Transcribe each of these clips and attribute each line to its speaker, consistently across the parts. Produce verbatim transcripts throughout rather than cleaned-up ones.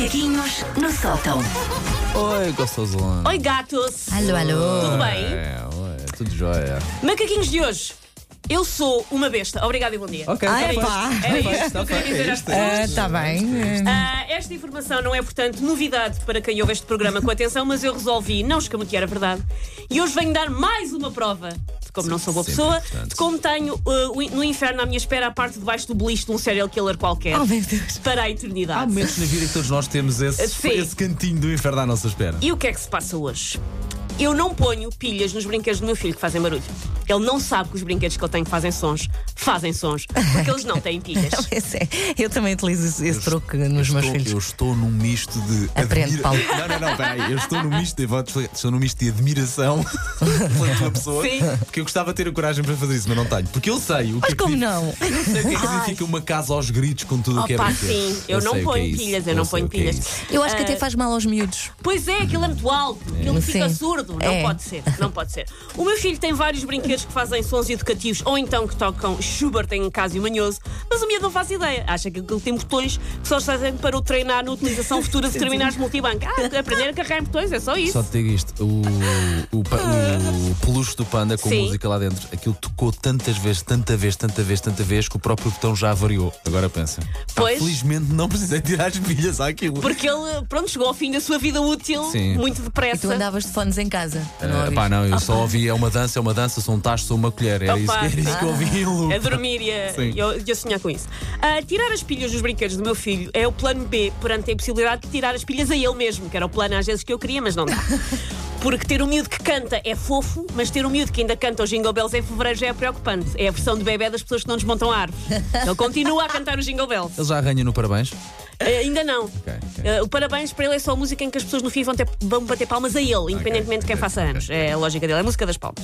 Speaker 1: Macaquinhos no sótão.
Speaker 2: Oi, gostosona.
Speaker 3: Oi, gatos.
Speaker 1: Alô, alô.
Speaker 3: Tudo bem?
Speaker 2: É, ué, tudo jóia.
Speaker 3: Macaquinhos de hoje. Eu sou uma besta. Obrigada e bom dia.
Speaker 2: Ok,
Speaker 1: Ai,
Speaker 2: está
Speaker 1: pá.
Speaker 2: feito.
Speaker 3: Era
Speaker 2: Está
Speaker 3: isto
Speaker 2: feito,
Speaker 3: que eu queria
Speaker 2: está
Speaker 3: dizer às
Speaker 2: feito.
Speaker 3: pessoas.
Speaker 1: Está bem.
Speaker 3: Ah, esta informação não é, portanto, novidade para quem ouve este programa com atenção, mas eu resolvi não escamotear a verdade. E hoje venho dar mais uma prova de como não sou boa
Speaker 2: Sempre
Speaker 3: pessoa,
Speaker 2: importante.
Speaker 3: de como tenho uh, o- no inferno à minha espera a parte de baixo do beliche de um serial killer qualquer
Speaker 1: Oh, meu Deus.
Speaker 3: para a
Speaker 2: Há
Speaker 3: eternidade.
Speaker 2: momentos na vida que todos nós temos esse,
Speaker 3: Sim.
Speaker 2: esse cantinho do inferno à nossa espera.
Speaker 3: E o que é que se passa hoje? Eu não ponho pilhas nos brinquedos do meu filho que fazem barulho. Ele não sabe que os brinquedos que ele tem que fazem sons, fazem sons, porque eles não têm pilhas.
Speaker 1: Esse é- Eu também utilizo esse, esse truque nos meus
Speaker 2: Estou-
Speaker 1: filhos.
Speaker 2: Eu estou num misto de.
Speaker 1: Aprende,
Speaker 2: admira-
Speaker 1: Paulo.
Speaker 2: Não, não, não, peraí. Eu estou num misto de. vou-te explicar, Estou num misto de admiração pela tua pessoa.
Speaker 3: Sim.
Speaker 2: Porque eu gostava de ter a coragem para fazer isso, mas não tenho. Porque eu sei o que
Speaker 1: Mas
Speaker 2: é que
Speaker 1: como
Speaker 2: significa-
Speaker 1: não?
Speaker 2: Eu sei o que é que significa uma casa aos gritos com tudo o que é
Speaker 3: Opa,
Speaker 2: brinquedo.
Speaker 3: sim, eu, não
Speaker 2: sei o que
Speaker 3: ponho
Speaker 2: é isso.
Speaker 3: pilhas, eu não
Speaker 2: sei
Speaker 3: ponho
Speaker 2: o que é
Speaker 3: pilhas.
Speaker 2: isso.
Speaker 1: Eu acho que até
Speaker 3: Ah,
Speaker 1: faz mal aos miúdos.
Speaker 3: Pois é, aquilo é muito alto, aquilo fica
Speaker 1: Sim.
Speaker 3: surdo. Não
Speaker 1: É.
Speaker 3: pode ser, não pode ser. O meu filho tem vários brinquedos que fazem sons educativos ou então que tocam Schubert em Casio Manhoso, mas o miúdo não faz ideia. Acha que aquilo tem botões que só servem para o treinar na utilização futura de determinados multibanco. Ah, aprender a carregar em botões, é só isso.
Speaker 2: Só te digo isto: o, o, pa- o peluche do panda com
Speaker 3: Sim.
Speaker 2: música lá dentro, aquilo tocou tantas vezes, tanta vez, tanta vez, tanta vez que o próprio botão já variou. Agora pensa. Pá,
Speaker 3: Pois.
Speaker 2: felizmente não precisei tirar as pilhas àquilo.
Speaker 3: Porque ele, pronto, chegou ao fim da sua vida útil
Speaker 2: Sim.
Speaker 3: muito
Speaker 1: E
Speaker 3: depressa.
Speaker 1: tu andavas de fones em casa. Não
Speaker 2: Ah,
Speaker 1: ouvis?
Speaker 2: pá, não, eu só ouvia uma dança, é uma dança, sou um tacho, sou uma colher. Era, isso,
Speaker 3: Opa.
Speaker 2: era isso que eu ouvia em loop.
Speaker 3: A dormir e a,
Speaker 2: Sim.
Speaker 3: e a- e a sonhar com isso. Ah, tirar as pilhas dos brinquedos do meu filho é o plano B perante a impossibilidade de tirar as pilhas a ele mesmo, que era o plano às vezes que eu queria, mas não dá. Porque ter um miúdo que canta é fofo, mas ter um miúdo que ainda canta os Jingle Bells em fevereiro já é preocupante. É a versão de bebé das pessoas que não desmontam a árvore. Ele continua a cantar os Jingle Bells.
Speaker 2: Ele já arranha no parabéns?
Speaker 3: Ah, ainda não.
Speaker 2: ok.
Speaker 3: Ah, o parabéns para ele é só a música em que as pessoas no fim vão, ter- vão bater palmas a ele, independentemente de quem
Speaker 2: ok,
Speaker 3: faça
Speaker 2: ok,
Speaker 3: anos.
Speaker 2: ok.
Speaker 3: É a lógica dele, é a música das palmas.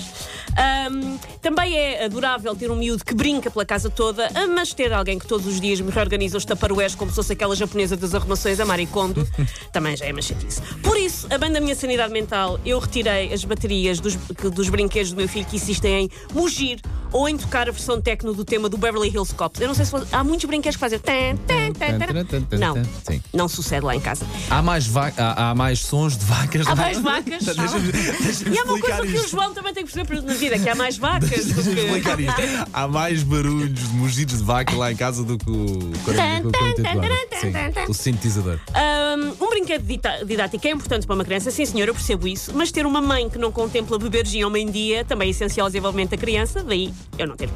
Speaker 3: Ahm, também é adorável ter um miúdo que brinca pela casa toda, ah, mas ter alguém que todos os dias me reorganiza os taparoés como se fosse aquela japonesa das arrumações, a Marie Kondo, também já é uma chatice. Por isso, a bem da minha sanidade mental, eu retirei as baterias dos, que- dos brinquedos do meu filho que insistem em mugir ou em tocar a versão techno do tema do Beverly Hills Cops. Eu não sei se há muitos brinquedos que fazem. Tan, tan, tan, tan. Não,
Speaker 2: Sim.
Speaker 3: não sucede lá em casa.
Speaker 2: Há mais, va- há, há mais sons de vacas
Speaker 3: Há
Speaker 2: lá?
Speaker 3: mais vacas.
Speaker 2: Deixa-me deixa
Speaker 3: E há uma
Speaker 2: explicar
Speaker 3: coisa que o
Speaker 2: isto.
Speaker 3: João também tem que perceber na vida, que há mais vacas do
Speaker 2: Deixa-me
Speaker 3: que...
Speaker 2: explicar isto. Há mais barulhos de mugidos de vaca lá em casa do que o quarenta Sim, o sintetizador.
Speaker 3: Um, um brinquedo dita- didático é importante para uma criança, sim senhor, eu percebo isso, mas ter uma mãe que não contempla beber gin ao meio-dia também é essencial ao desenvolvimento da criança, daí eu não ter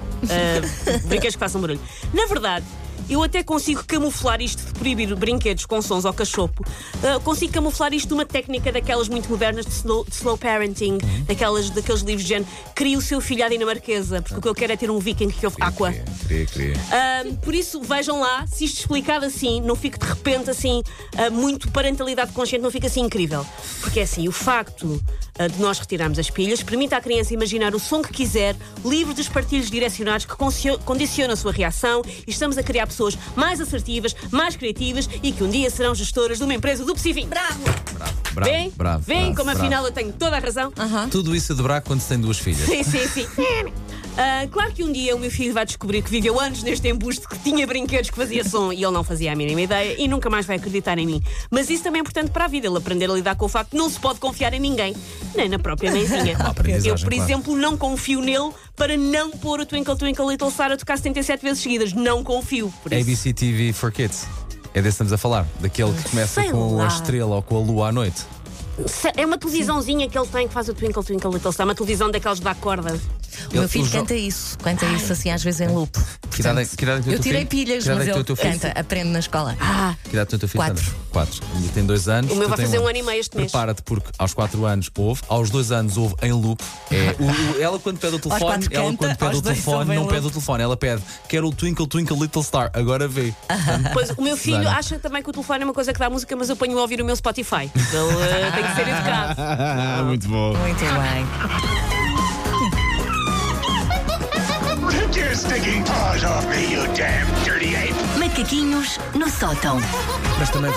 Speaker 3: uh, brinquedos que façam barulho. Na verdade, eu até consigo camuflar isto de proibir brinquedos com sons ao cachopo. Uh, consigo camuflar isto de uma técnica daquelas muito modernas de slow, de slow parenting, daquelas, daqueles livros de género. Crie o seu filho à dinamarquesa, porque o que eu quero é ter um viking que ouve aqua.
Speaker 2: Queria, queria.
Speaker 3: Ahm, por isso, vejam lá, se isto explicado assim, não fique de repente assim, ah, muito parentalidade consciente, não fica assim incrível. Porque é assim, o facto ah, de nós retirarmos as pilhas permite à criança imaginar o som que quiser, livre dos partilhos direcionados que concio- condicionam a sua reação, e estamos a criar pessoas mais assertivas, mais criativas e que um dia serão gestoras de uma empresa do Psifim. Bravo!
Speaker 2: Bravo, bravo,
Speaker 3: Vêem?
Speaker 2: bravo,
Speaker 3: Vêem
Speaker 2: bravo,
Speaker 3: como
Speaker 2: bravo.
Speaker 3: afinal eu tenho toda a razão?
Speaker 2: Tudo isso a dobrar quando se tem duas filhas.
Speaker 3: Sim, sim, sim. Ah, claro que um dia o meu filho vai descobrir que viveu anos neste embuste, que tinha brinquedos que fazia som e ele não fazia a mínima ideia e nunca mais vai acreditar em mim. Mas isso também é importante para a vida, ele aprender a lidar com o facto de não se pode confiar em ninguém, nem na própria mãezinha.
Speaker 2: aprendizagem,
Speaker 3: Eu, por
Speaker 2: claro.
Speaker 3: exemplo, não confio nele para não pôr o Twinkle Twinkle Little Star a tocar setenta e sete vezes seguidas. Não confio. Por
Speaker 2: A
Speaker 3: isso.
Speaker 2: B C T V for Kids. É desse que estamos a falar. Daquele que começa
Speaker 3: Sei
Speaker 2: com
Speaker 3: lá.
Speaker 2: a estrela ou com a lua à noite.
Speaker 3: Se- É uma televisãozinha que ele tem que faz o Twinkle Twinkle Little Star, uma televisão daqueles de dar corda.
Speaker 1: O meu
Speaker 2: Ele-
Speaker 1: filho
Speaker 2: o Jo-
Speaker 1: canta isso. Canta isso assim às vezes em loop.
Speaker 2: Que idade é-
Speaker 1: Portanto,
Speaker 2: que idade é que tem o
Speaker 1: eu
Speaker 2: teu
Speaker 1: tirei
Speaker 2: filho?
Speaker 1: pilhas,
Speaker 2: Que idade
Speaker 1: mas
Speaker 2: é que
Speaker 1: ele
Speaker 2: tem o teu filho?
Speaker 1: canta, aprende na escola.
Speaker 3: Ah,
Speaker 2: Que idade tem o teu filho?
Speaker 1: Quatro.
Speaker 2: Sandra? Quatro. E tem dois anos.
Speaker 3: O meu
Speaker 2: tu
Speaker 3: vai
Speaker 2: tem
Speaker 3: fazer um ano e meio este mês.
Speaker 2: Prepara-te, porque aos quatro anos ouve, aos dois anos ouve em loop. É, o- o- ela quando pede o telefone,
Speaker 1: quatro
Speaker 2: ela
Speaker 1: canta,
Speaker 2: quando pede
Speaker 1: aos
Speaker 2: o
Speaker 1: dois
Speaker 2: telefone,
Speaker 1: ouve em
Speaker 2: não
Speaker 1: loop.
Speaker 2: pede o telefone, ela pede, quero o Twinkle Twinkle Little Star, agora vê.
Speaker 3: Pois, o meu filho
Speaker 2: Susana.
Speaker 3: acha também que o telefone é uma coisa que dá música, mas eu ponho a ouvir o meu Spotify. Ele eh, tem que ser educado.
Speaker 2: Muito bom.
Speaker 1: Muito bem.
Speaker 4: Take your stinking paws off me, you damn dirty ape!
Speaker 1: Macaquinhos no sótão.
Speaker 2: Mas também